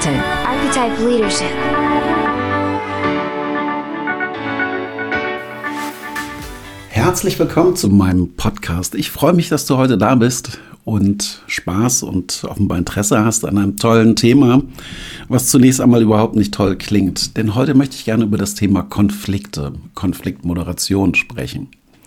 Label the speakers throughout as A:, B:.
A: Konflikte. Archetype Leadership.
B: Herzlich willkommen zu meinem Podcast. Ich freue mich, dass du heute da bist und Spaß und offenbar Interesse hast an einem tollen Thema, was zunächst einmal überhaupt nicht toll klingt. Denn heute möchte ich gerne über das Thema Konflikte, Konfliktmoderation sprechen.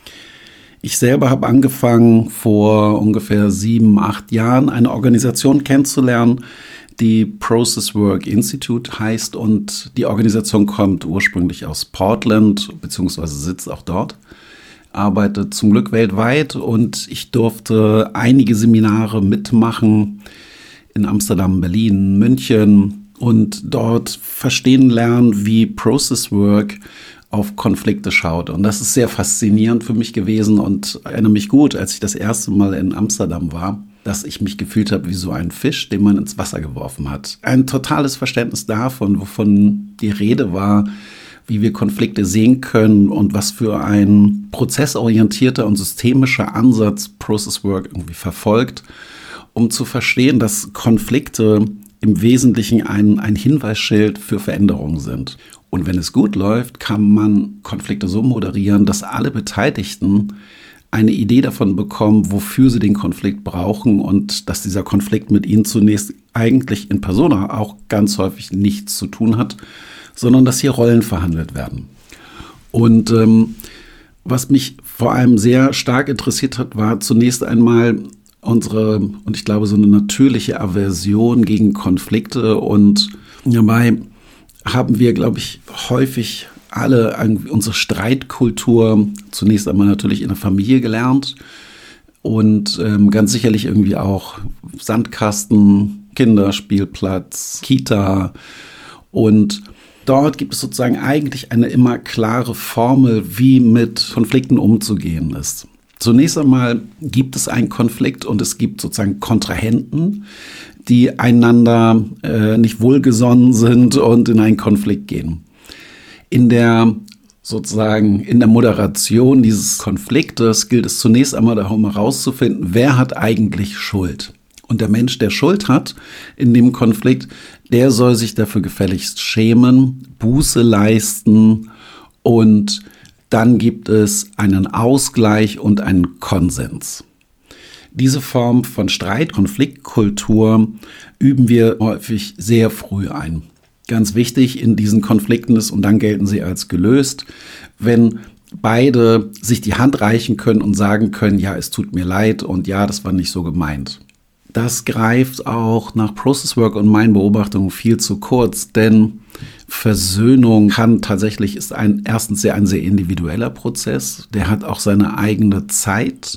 B: Ich selber habe angefangen, vor ungefähr 7, 8 Jahren eine Organisation kennenzulernen, die Process Work Institute heißt, und die Organisation kommt ursprünglich aus Portland, beziehungsweise sitzt auch dort, arbeitet zum Glück weltweit, und ich durfte einige Seminare mitmachen in Amsterdam, Berlin, München und dort verstehen lernen, wie Process Work auf Konflikte schaut. Und das ist sehr faszinierend für mich gewesen, und erinnere mich gut, als ich das erste Mal in Amsterdam war, dass ich mich gefühlt habe wie so ein Fisch, den man ins Wasser geworfen hat. Ein totales Verständnis davon, wovon die Rede war, wie wir Konflikte sehen können und was für ein prozessorientierter und systemischer Ansatz Process Work irgendwie verfolgt, um zu verstehen, dass Konflikte im Wesentlichen ein Hinweisschild für Veränderungen sind. Und wenn es gut läuft, kann man Konflikte so moderieren, dass alle Beteiligten eine Idee davon bekommen, wofür sie den Konflikt brauchen, und dass dieser Konflikt mit ihnen zunächst eigentlich in persona auch ganz häufig nichts zu tun hat, sondern dass hier Rollen verhandelt werden. Und was mich vor allem sehr stark interessiert hat, war zunächst einmal unsere, und ich glaube, so eine natürliche Aversion gegen Konflikte. Und dabei haben wir, glaube ich, häufig alle unsere Streitkultur zunächst einmal natürlich in der Familie gelernt und ganz sicherlich irgendwie auch Sandkasten, Kinderspielplatz, Kita, und dort gibt es sozusagen eigentlich eine immer klare Formel, wie mit Konflikten umzugehen ist. Zunächst einmal gibt es einen Konflikt und es gibt sozusagen Kontrahenten, die einander nicht wohlgesonnen sind und in einen Konflikt gehen. In der Moderation dieses Konfliktes gilt es zunächst einmal darum herauszufinden, wer hat eigentlich Schuld. Und der Mensch, der Schuld hat in dem Konflikt, der soll sich dafür gefälligst schämen, Buße leisten, und dann gibt es einen Ausgleich und einen Konsens. Diese Form von Streit-Konfliktkultur üben wir häufig sehr früh ein. Ganz wichtig in diesen Konflikten ist, und dann gelten sie als gelöst, wenn beide sich die Hand reichen können und sagen können, ja, es tut mir leid und ja, das war nicht so gemeint. Das greift auch nach Process Work und meinen Beobachtungen viel zu kurz, denn Versöhnung ist erstens ein sehr individueller Prozess, der hat auch seine eigene Zeit,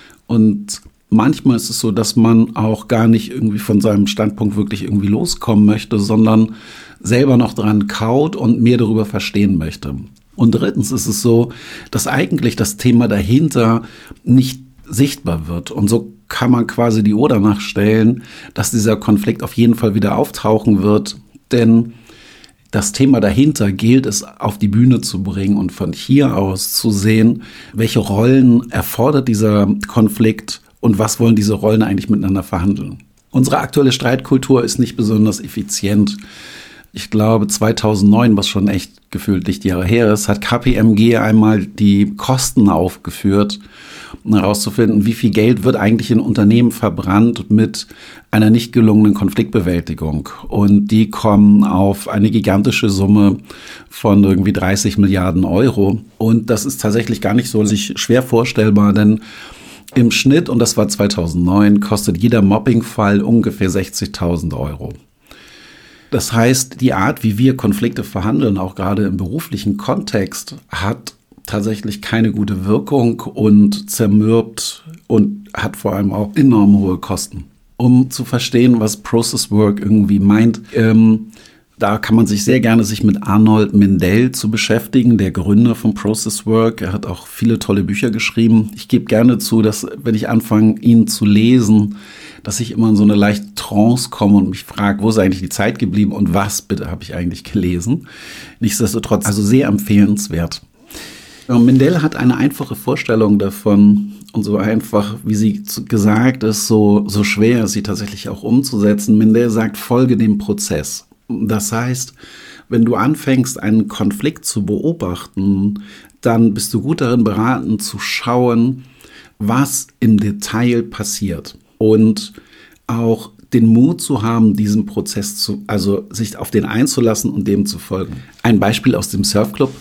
B: und manchmal ist es so, dass man auch gar nicht irgendwie von seinem Standpunkt wirklich irgendwie loskommen möchte, sondern selber noch dran kaut und mehr darüber verstehen möchte. Und drittens ist es so, dass eigentlich das Thema dahinter nicht sichtbar wird, und so kann man quasi die Uhr danach stellen, dass dieser Konflikt auf jeden Fall wieder auftauchen wird, denn das Thema dahinter gilt es auf die Bühne zu bringen und von hier aus zu sehen, welche Rollen erfordert dieser Konflikt und was wollen diese Rollen eigentlich miteinander verhandeln. Unsere aktuelle Streitkultur ist nicht besonders effizient. Ich glaube, 2009, was schon echt gefühlt Lichtjahre her ist, hat KPMG einmal die Kosten aufgeführt, um herauszufinden, wie viel Geld wird eigentlich in Unternehmen verbrannt mit einer nicht gelungenen Konfliktbewältigung. Und die kommen auf eine gigantische Summe von irgendwie 30 Milliarden Euro. Und das ist tatsächlich gar nicht so sich schwer vorstellbar, denn im Schnitt, und das war 2009, kostet jeder Mobbingfall ungefähr 60.000 Euro. Das heißt, die Art, wie wir Konflikte verhandeln, auch gerade im beruflichen Kontext, hat tatsächlich keine gute Wirkung und zermürbt und hat vor allem auch enorm hohe Kosten. Um zu verstehen, was Process Work irgendwie meint, da kann man sich sehr gerne mit Arnold Mindell zu beschäftigen, der Gründer von Process Work. Er hat auch viele tolle Bücher geschrieben. Ich gebe gerne zu, dass, wenn ich anfange, ihn zu lesen, dass ich immer in so eine leichte Trance komme und mich frage, wo ist eigentlich die Zeit geblieben und was bitte habe ich eigentlich gelesen. Nichtsdestotrotz, also sehr empfehlenswert. Mindell hat eine einfache Vorstellung davon, und so einfach, wie sie gesagt ist, so schwer ist sie tatsächlich auch umzusetzen. Mindell sagt, folge dem Prozess. Das heißt, wenn du anfängst, einen Konflikt zu beobachten, dann bist du gut darin beraten zu schauen, was im Detail passiert und auch den Mut zu haben, diesen Prozess also sich auf den einzulassen und dem zu folgen. Ein Beispiel aus dem Surfclub.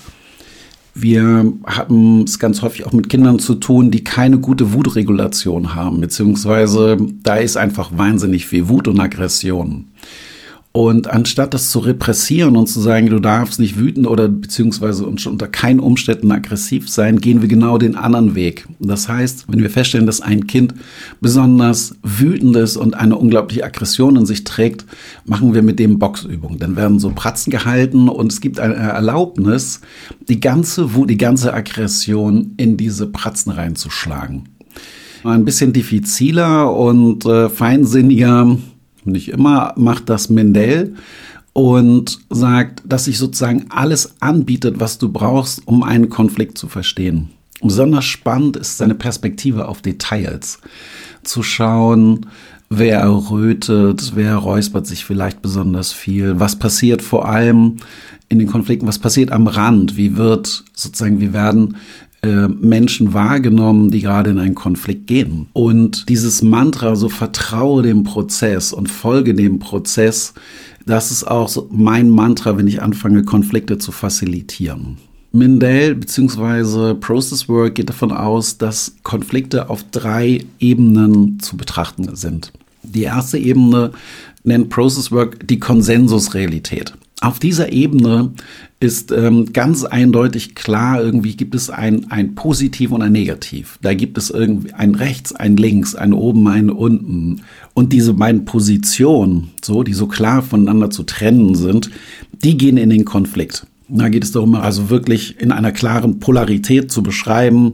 B: Wir haben es ganz häufig auch mit Kindern zu tun, die keine gute Wutregulation haben, beziehungsweise da ist einfach wahnsinnig viel Wut und Aggression. Und anstatt das zu repressieren und zu sagen, du darfst nicht wütend oder beziehungsweise unter keinen Umständen aggressiv sein, gehen wir genau den anderen Weg. Das heißt, wenn wir feststellen, dass ein Kind besonders wütend ist und eine unglaubliche Aggression in sich trägt, machen wir mit dem Boxübungen. Dann werden so Pratzen gehalten und es gibt eine Erlaubnis, die ganze Wut, die ganze Aggression in diese Pratzen reinzuschlagen. Ein bisschen diffiziler und feinsinniger, nicht immer, macht das Mindell und sagt, dass sich sozusagen alles anbietet, was du brauchst, um einen Konflikt zu verstehen. Besonders spannend ist seine Perspektive auf Details. Zu schauen, wer errötet, wer räuspert sich vielleicht besonders viel, was passiert vor allem in den Konflikten, was passiert am Rand, wie werden Menschen wahrgenommen, die gerade in einen Konflikt gehen. Und dieses Mantra, so vertraue dem Prozess und folge dem Prozess, das ist auch so mein Mantra, wenn ich anfange, Konflikte zu facilitieren. Mindell bzw. Process Work geht davon aus, dass Konflikte auf 3 Ebenen zu betrachten sind. Die erste Ebene nennt Process Work die Konsensusrealität. Auf dieser Ebene ist ganz eindeutig klar, irgendwie gibt es ein Positiv und ein Negativ. Da gibt es irgendwie ein Rechts, ein Links, ein Oben, ein Unten. Und diese beiden Positionen, die so klar voneinander zu trennen sind, die gehen in den Konflikt. Da geht es darum, also wirklich in einer klaren Polarität zu beschreiben,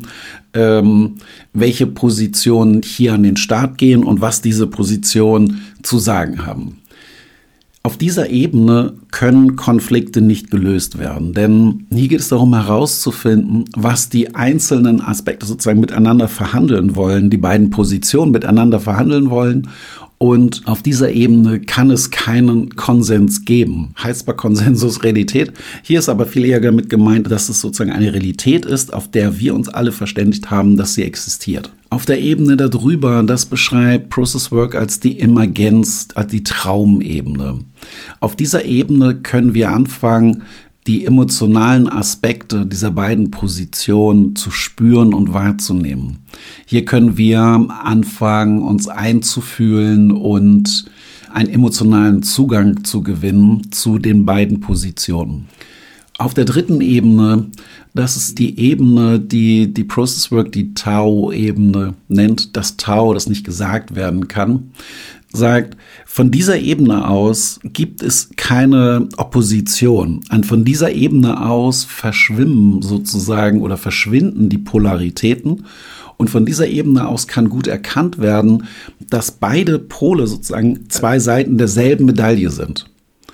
B: welche Positionen hier an den Start gehen und was diese Positionen zu sagen haben. Auf dieser Ebene können Konflikte nicht gelöst werden, denn hier geht es darum herauszufinden, was die einzelnen Aspekte sozusagen miteinander verhandeln wollen, die beiden Positionen miteinander verhandeln wollen. Und auf dieser Ebene kann es keinen Konsens geben. Heißt zwar Konsensus Realität, hier ist aber viel eher damit gemeint, dass es sozusagen eine Realität ist, auf der wir uns alle verständigt haben, dass sie existiert. Auf der Ebene darüber, das beschreibt Process Work als die Emergenz, als die Traumebene. Auf dieser Ebene können wir anfangen, die emotionalen Aspekte dieser beiden Positionen zu spüren und wahrzunehmen. Hier können wir anfangen, uns einzufühlen und einen emotionalen Zugang zu gewinnen zu den beiden Positionen. Auf der dritten Ebene, das ist die Ebene, die Process Work die Tao-Ebene nennt, das Tao, das nicht gesagt werden kann, sagt, von dieser Ebene aus gibt es keine Opposition. Und von dieser Ebene aus verschwimmen sozusagen oder verschwinden die Polaritäten. Und von dieser Ebene aus kann gut erkannt werden, dass beide Pole sozusagen 2 Seiten derselben Medaille sind.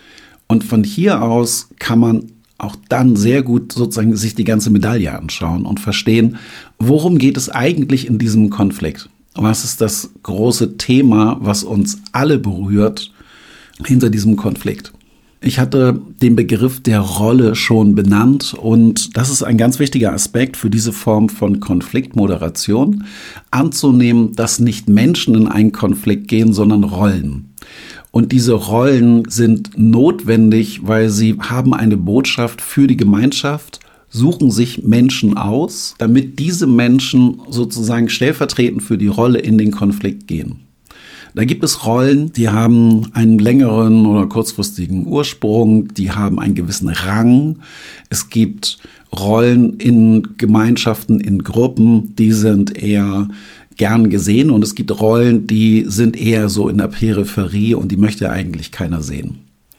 B: Und von hier aus kann man auch dann sehr gut sozusagen sich die ganze Medaille anschauen und verstehen, worum geht es eigentlich in diesem Konflikt? Was ist das große Thema, was uns alle berührt hinter diesem Konflikt? Ich hatte den Begriff der Rolle schon benannt und das ist ein ganz wichtiger Aspekt für diese Form von Konfliktmoderation, anzunehmen, dass nicht Menschen in einen Konflikt gehen, sondern Rollen. Und diese Rollen sind notwendig, weil sie haben eine Botschaft für die Gemeinschaft, suchen sich Menschen aus, damit diese Menschen sozusagen stellvertretend für die Rolle in den Konflikt gehen. Da gibt es Rollen, die haben einen längeren oder kurzfristigen Ursprung, die haben einen gewissen Rang. Es gibt Rollen in Gemeinschaften, in Gruppen, die sind eher gern gesehen und es gibt Rollen, die sind eher so in der Peripherie und die möchte eigentlich keiner sehen.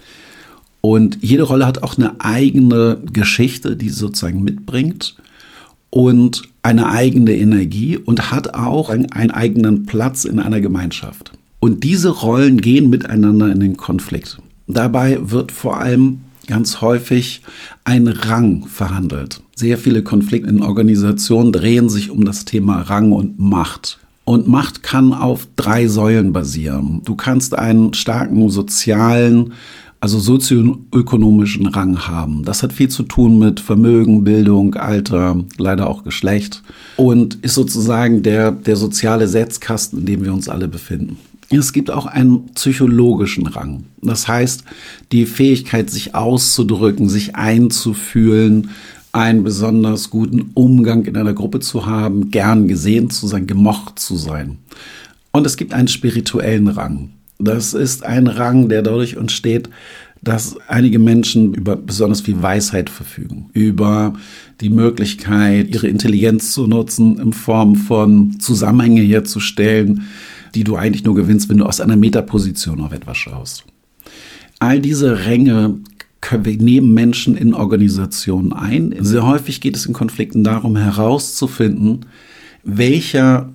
B: Und jede Rolle hat auch eine eigene Geschichte, die sie sozusagen mitbringt und eine eigene Energie und hat auch einen eigenen Platz in einer Gemeinschaft. Und diese Rollen gehen miteinander in den Konflikt. Dabei wird vor allem ganz häufig ein Rang verhandelt. Sehr viele Konflikte in Organisationen drehen sich um das Thema Rang und Macht. Und Macht kann auf 3 Säulen basieren. Du kannst einen starken sozialen, also sozioökonomischen Rang haben. Das hat viel zu tun mit Vermögen, Bildung, Alter, leider auch Geschlecht und ist sozusagen der soziale Setzkasten, in dem wir uns alle befinden. Es gibt auch einen psychologischen Rang. Das heißt, die Fähigkeit, sich auszudrücken, sich einzufühlen, einen besonders guten Umgang in einer Gruppe zu haben, gern gesehen zu sein, gemocht zu sein. Und es gibt einen spirituellen Rang. Das ist ein Rang, der dadurch entsteht, dass einige Menschen über besonders viel Weisheit verfügen, über die Möglichkeit, ihre Intelligenz zu nutzen, in Form von Zusammenhänge herzustellen, die du eigentlich nur gewinnst, wenn du aus einer Metaposition auf etwas schaust. All diese Ränge nehmen Menschen in Organisationen ein. Sehr häufig geht es in Konflikten darum, herauszufinden, welcher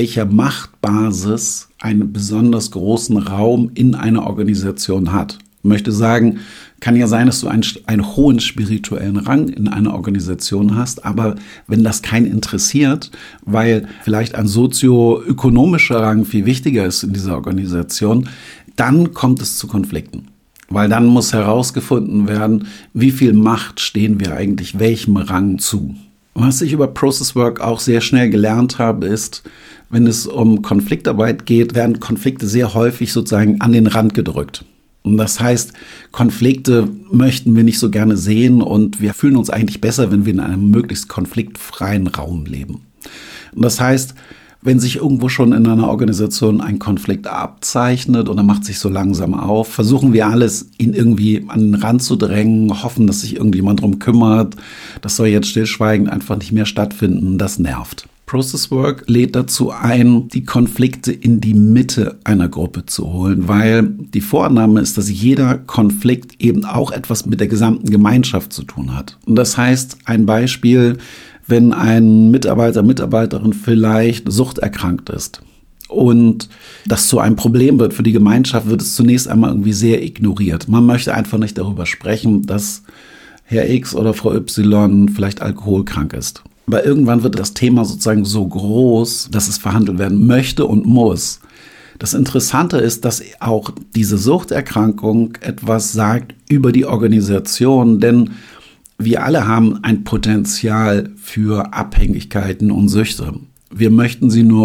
B: Machtbasis einen besonders großen Raum in einer Organisation hat. Ich möchte sagen, kann ja sein, dass du einen hohen spirituellen Rang in einer Organisation hast, aber wenn das keinen interessiert, weil vielleicht ein sozioökonomischer Rang viel wichtiger ist in dieser Organisation, dann kommt es zu Konflikten. Weil dann muss herausgefunden werden, wie viel Macht stehen wir eigentlich welchem Rang zu. Was ich über Process Work auch sehr schnell gelernt habe, ist, wenn es um Konfliktarbeit geht, werden Konflikte sehr häufig sozusagen an den Rand gedrückt. Und das heißt, Konflikte möchten wir nicht so gerne sehen und wir fühlen uns eigentlich besser, wenn wir in einem möglichst konfliktfreien Raum leben. Und das heißt, wenn sich irgendwo schon in einer Organisation ein Konflikt abzeichnet und er macht sich so langsam auf, versuchen wir alles, ihn irgendwie an den Rand zu drängen, hoffen, dass sich irgendjemand drum kümmert. Das soll jetzt stillschweigend einfach nicht mehr stattfinden. Das nervt. Process Work lädt dazu ein, die Konflikte in die Mitte einer Gruppe zu holen, weil die Vorannahme ist, dass jeder Konflikt eben auch etwas mit der gesamten Gemeinschaft zu tun hat. Und das heißt, ein Beispiel, wenn ein Mitarbeiter, Mitarbeiterin vielleicht suchterkrankt ist und das zu einem Problem wird für die Gemeinschaft, wird es zunächst einmal irgendwie sehr ignoriert. Man möchte einfach nicht darüber sprechen, dass Herr X oder Frau Y vielleicht alkoholkrank ist. Aber irgendwann wird das Thema sozusagen so groß, dass es verhandelt werden möchte und muss. Das Interessante ist, dass auch diese Suchterkrankung etwas sagt über die Organisation, denn wir alle haben ein Potenzial für Abhängigkeiten und Süchte. Wir möchten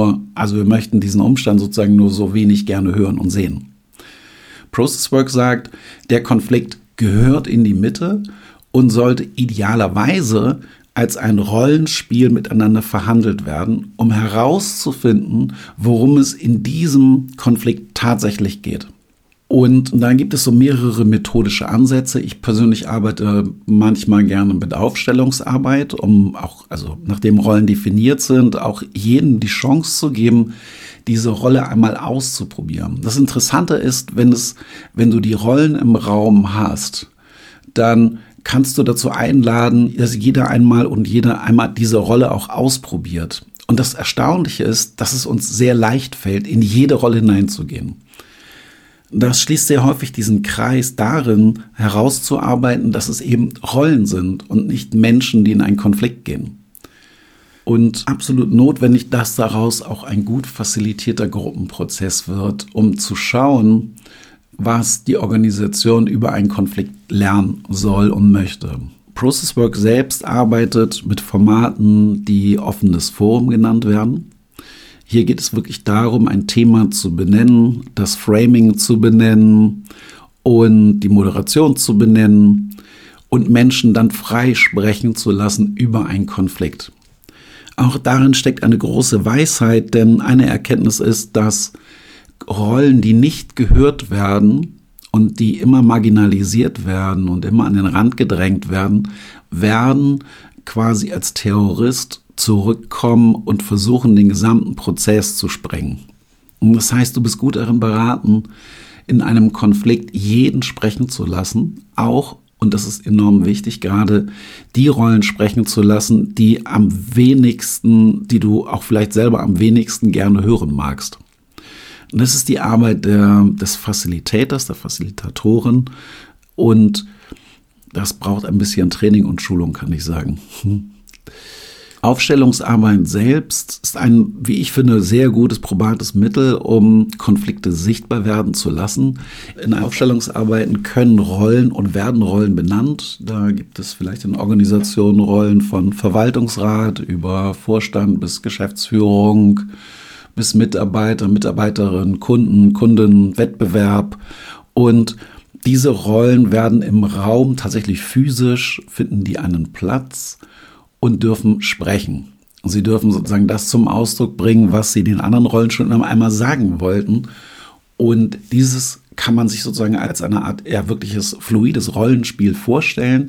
B: diesen Umstand sozusagen nur so wenig gerne hören und sehen. Process Work sagt, der Konflikt gehört in die Mitte und sollte idealerweise als ein Rollenspiel miteinander verhandelt werden, um herauszufinden, worum es in diesem Konflikt tatsächlich geht. Und dann gibt es so mehrere methodische Ansätze. Ich persönlich arbeite manchmal gerne mit Aufstellungsarbeit, um auch, nachdem Rollen definiert sind, auch jedem die Chance zu geben, diese Rolle einmal auszuprobieren. Das Interessante ist, wenn du die Rollen im Raum hast, dann kannst du dazu einladen, dass jeder einmal diese Rolle auch ausprobiert. Und das Erstaunliche ist, dass es uns sehr leicht fällt, in jede Rolle hineinzugehen. Das schließt sehr häufig diesen Kreis darin, herauszuarbeiten, dass es eben Rollen sind und nicht Menschen, die in einen Konflikt gehen. Und absolut notwendig, dass daraus auch ein gut facilitierter Gruppenprozess wird, um zu schauen, was die Organisation über einen Konflikt lernen soll und möchte. Process Work selbst arbeitet mit Formaten, die offenes Forum genannt werden. Hier geht es wirklich darum, ein Thema zu benennen, das Framing zu benennen und die Moderation zu benennen und Menschen dann frei sprechen zu lassen über einen Konflikt. Auch darin steckt eine große Weisheit, denn eine Erkenntnis ist, dass Rollen, die nicht gehört werden und die immer marginalisiert werden und immer an den Rand gedrängt werden, werden quasi als Terrorist zurückkommen und versuchen, den gesamten Prozess zu sprengen. Und das heißt, du bist gut darin beraten, in einem Konflikt jeden sprechen zu lassen, auch, und das ist enorm wichtig, gerade die Rollen sprechen zu lassen, die du auch vielleicht selber am wenigsten gerne hören magst. Und das ist die Arbeit des Facilitators, der Facilitatorin. Und Das braucht ein bisschen Training und Schulung, kann ich sagen. Aufstellungsarbeit selbst ist ein, wie ich finde, sehr gutes, probates Mittel, um Konflikte sichtbar werden zu lassen. In Aufstellungsarbeiten können Rollen und werden Rollen benannt. Da gibt es vielleicht in Organisationen Rollen von Verwaltungsrat über Vorstand bis Geschäftsführung bis Mitarbeiter, Mitarbeiterin, Kunden, Kunden, Wettbewerb. Und diese Rollen werden im Raum tatsächlich physisch, finden die einen Platz und dürfen sprechen. Sie dürfen sozusagen das zum Ausdruck bringen, was sie den anderen Rollen schon einmal sagen wollten. Und dieses kann man sich sozusagen als eine Art wirkliches fluides Rollenspiel vorstellen,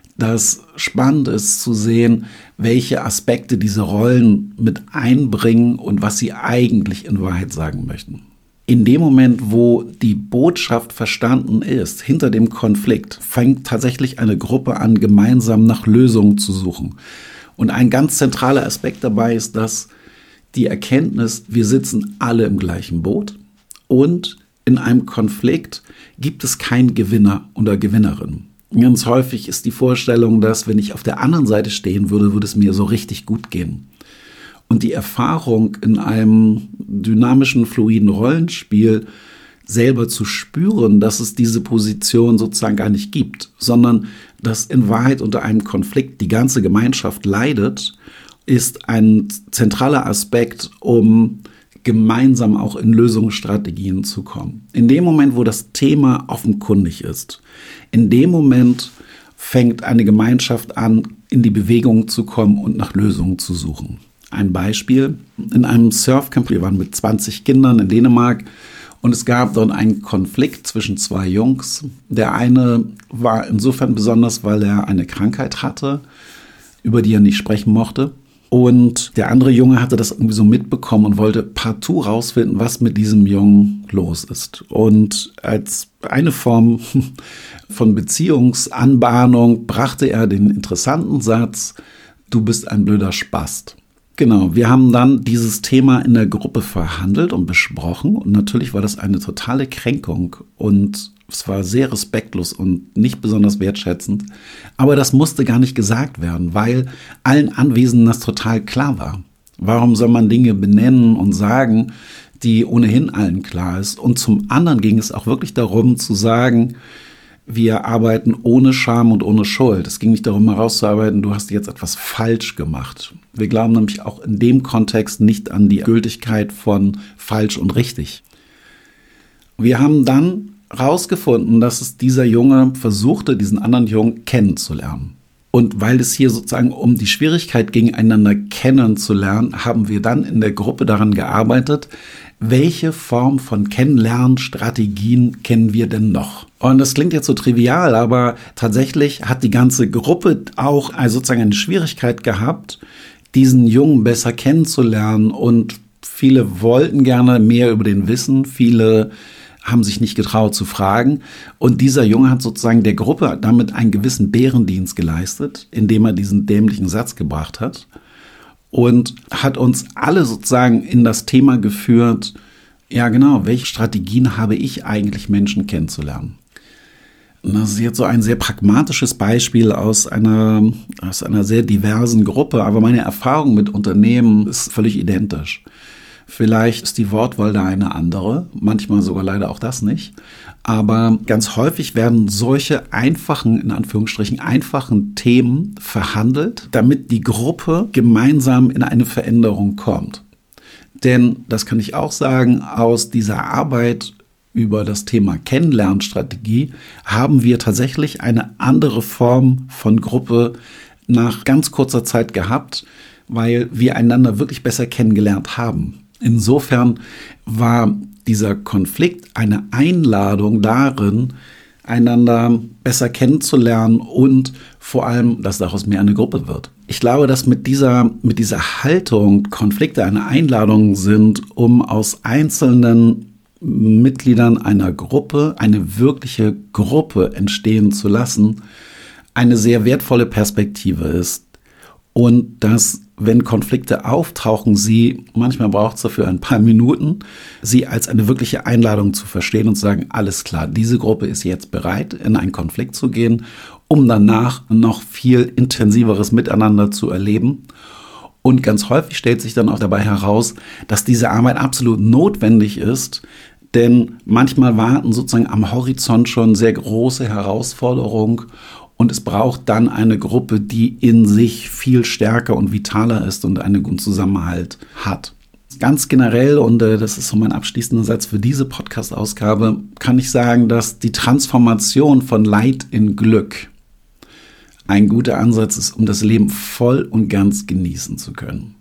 B: das spannend ist zu sehen, welche Aspekte diese Rollen mit einbringen und was sie eigentlich in Wahrheit sagen möchten. In dem Moment, wo die Botschaft verstanden ist, hinter dem Konflikt, fängt tatsächlich eine Gruppe an, gemeinsam nach Lösungen zu suchen. Und ein ganz zentraler Aspekt dabei ist, dass die Erkenntnis, wir sitzen alle im gleichen Boot und in einem Konflikt gibt es keinen Gewinner oder Gewinnerin. Ganz häufig ist die Vorstellung, dass wenn ich auf der anderen Seite stehen würde, würde es mir so richtig gut gehen. Und die Erfahrung in einem dynamischen, fluiden Rollenspiel selber zu spüren, dass es diese Position sozusagen gar nicht gibt, sondern dass in Wahrheit unter einem Konflikt die ganze Gemeinschaft leidet, ist ein zentraler Aspekt, um gemeinsam auch in Lösungsstrategien zu kommen. In dem Moment, wo das Thema offenkundig ist, in dem Moment fängt eine Gemeinschaft an, in die Bewegung zu kommen und nach Lösungen zu suchen. Ein Beispiel, in einem Surfcamp, wir waren mit 20 Kindern in Dänemark und es gab dort einen Konflikt zwischen zwei Jungs. Der eine war insofern besonders, weil er eine Krankheit hatte, über die er nicht sprechen mochte. Und der andere Junge hatte das irgendwie so mitbekommen und wollte partout rausfinden, was mit diesem Jungen los ist. Und als eine Form von Beziehungsanbahnung brachte er den interessanten Satz, du bist ein blöder Spast. Genau, wir haben dann dieses Thema in der Gruppe verhandelt und besprochen und natürlich war das eine totale Kränkung und es war sehr respektlos und nicht besonders wertschätzend, aber das musste gar nicht gesagt werden, weil allen Anwesenden das total klar war. Warum soll man Dinge benennen und sagen, die ohnehin allen klar ist? Und zum anderen ging es auch wirklich darum zu sagen, wir arbeiten ohne Scham und ohne Schuld. Es ging nicht darum, herauszuarbeiten, du hast jetzt etwas falsch gemacht. Wir glauben nämlich auch in dem Kontext nicht an die Gültigkeit von falsch und richtig. Wir haben dann herausgefunden, dass es dieser Junge versuchte, diesen anderen Jungen kennenzulernen. Und weil es hier sozusagen um die Schwierigkeit ging, einander kennenzulernen, haben wir dann in der Gruppe daran gearbeitet, welche Form von Kennenlernstrategien kennen wir denn noch? Und das klingt jetzt so trivial, aber tatsächlich hat die ganze Gruppe auch sozusagen eine Schwierigkeit gehabt, diesen Jungen besser kennenzulernen. Und viele wollten gerne mehr über den wissen, viele haben sich nicht getraut zu fragen. Und dieser Junge hat sozusagen der Gruppe damit einen gewissen Bärendienst geleistet, indem er diesen dämlichen Satz gebracht hat. Und hat uns alle sozusagen in das Thema geführt, ja genau, welche Strategien habe ich eigentlich, Menschen kennenzulernen? Und das ist jetzt so ein sehr pragmatisches Beispiel aus einer sehr diversen Gruppe, aber meine Erfahrung mit Unternehmen ist völlig identisch. Vielleicht ist die Wortwahl da eine andere, manchmal sogar leider auch das nicht. Aber ganz häufig werden solche einfachen, in Anführungsstrichen, einfachen Themen verhandelt, damit die Gruppe gemeinsam in eine Veränderung kommt. Denn, das kann ich auch sagen, aus dieser Arbeit über das Thema Kennenlernstrategie haben wir tatsächlich eine andere Form von Gruppe nach ganz kurzer Zeit gehabt, weil wir einander wirklich besser kennengelernt haben. Insofern war dieser Konflikt eine Einladung darin, einander besser kennenzulernen und vor allem, dass daraus mehr eine Gruppe wird. Ich glaube, dass mit dieser Haltung Konflikte eine Einladung sind, um aus einzelnen Mitgliedern einer Gruppe eine wirkliche Gruppe entstehen zu lassen, eine sehr wertvolle Perspektive ist und dass wenn Konflikte auftauchen, manchmal braucht es dafür ein paar Minuten, sie als eine wirkliche Einladung zu verstehen und zu sagen, alles klar, diese Gruppe ist jetzt bereit, in einen Konflikt zu gehen, um danach noch viel intensiveres Miteinander zu erleben. Und ganz häufig stellt sich dann auch dabei heraus, dass diese Arbeit absolut notwendig ist, denn manchmal warten sozusagen am Horizont schon sehr große Herausforderungen und es braucht dann eine Gruppe, die in sich viel stärker und vitaler ist und einen guten Zusammenhalt hat. Ganz generell, und das ist so mein abschließender Satz für diese Podcast-Ausgabe, kann ich sagen, dass die Transformation von Leid in Glück ein guter Ansatz ist, um das Leben voll und ganz genießen zu können.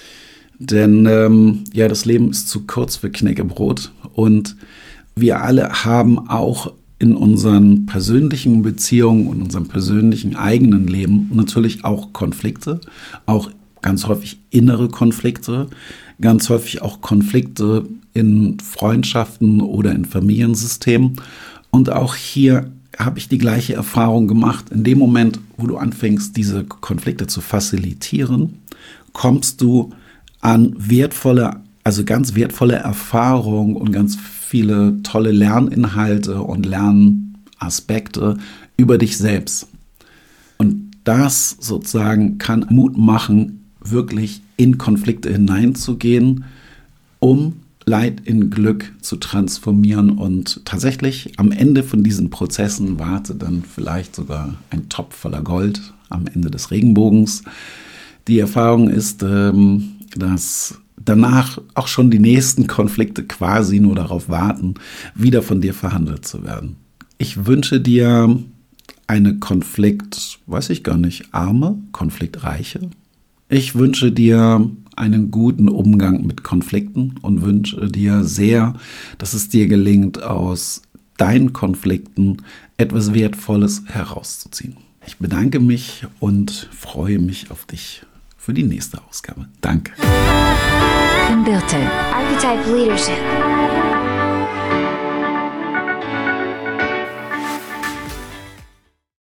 B: Denn das Leben ist zu kurz für Knäckebrot und wir alle haben auch in unseren persönlichen Beziehungen und unserem persönlichen eigenen Leben natürlich auch Konflikte, auch ganz häufig innere Konflikte, ganz häufig auch Konflikte in Freundschaften oder in Familiensystemen. Und auch hier habe ich die gleiche Erfahrung gemacht. In dem Moment, wo du anfängst, diese Konflikte zu facilitieren, kommst du an ganz wertvolle Erfahrungen und ganz viele tolle Lerninhalte und Lernaspekte über dich selbst. Und das sozusagen kann Mut machen, wirklich in Konflikte hineinzugehen, um Leid in Glück zu transformieren. Und tatsächlich am Ende von diesen Prozessen wartet dann vielleicht sogar ein Topf voller Gold am Ende des Regenbogens. Die Erfahrung ist, dass danach auch schon die nächsten Konflikte quasi nur darauf warten, wieder von dir verhandelt zu werden. Ich wünsche dir eine arme, konfliktreiche. Ich wünsche dir einen guten Umgang mit Konflikten und wünsche dir sehr, dass es dir gelingt, aus deinen Konflikten etwas Wertvolles herauszuziehen. Ich bedanke mich und freue mich auf dich für die nächste Ausgabe. Danke.
A: Birte, Archetype Leadership.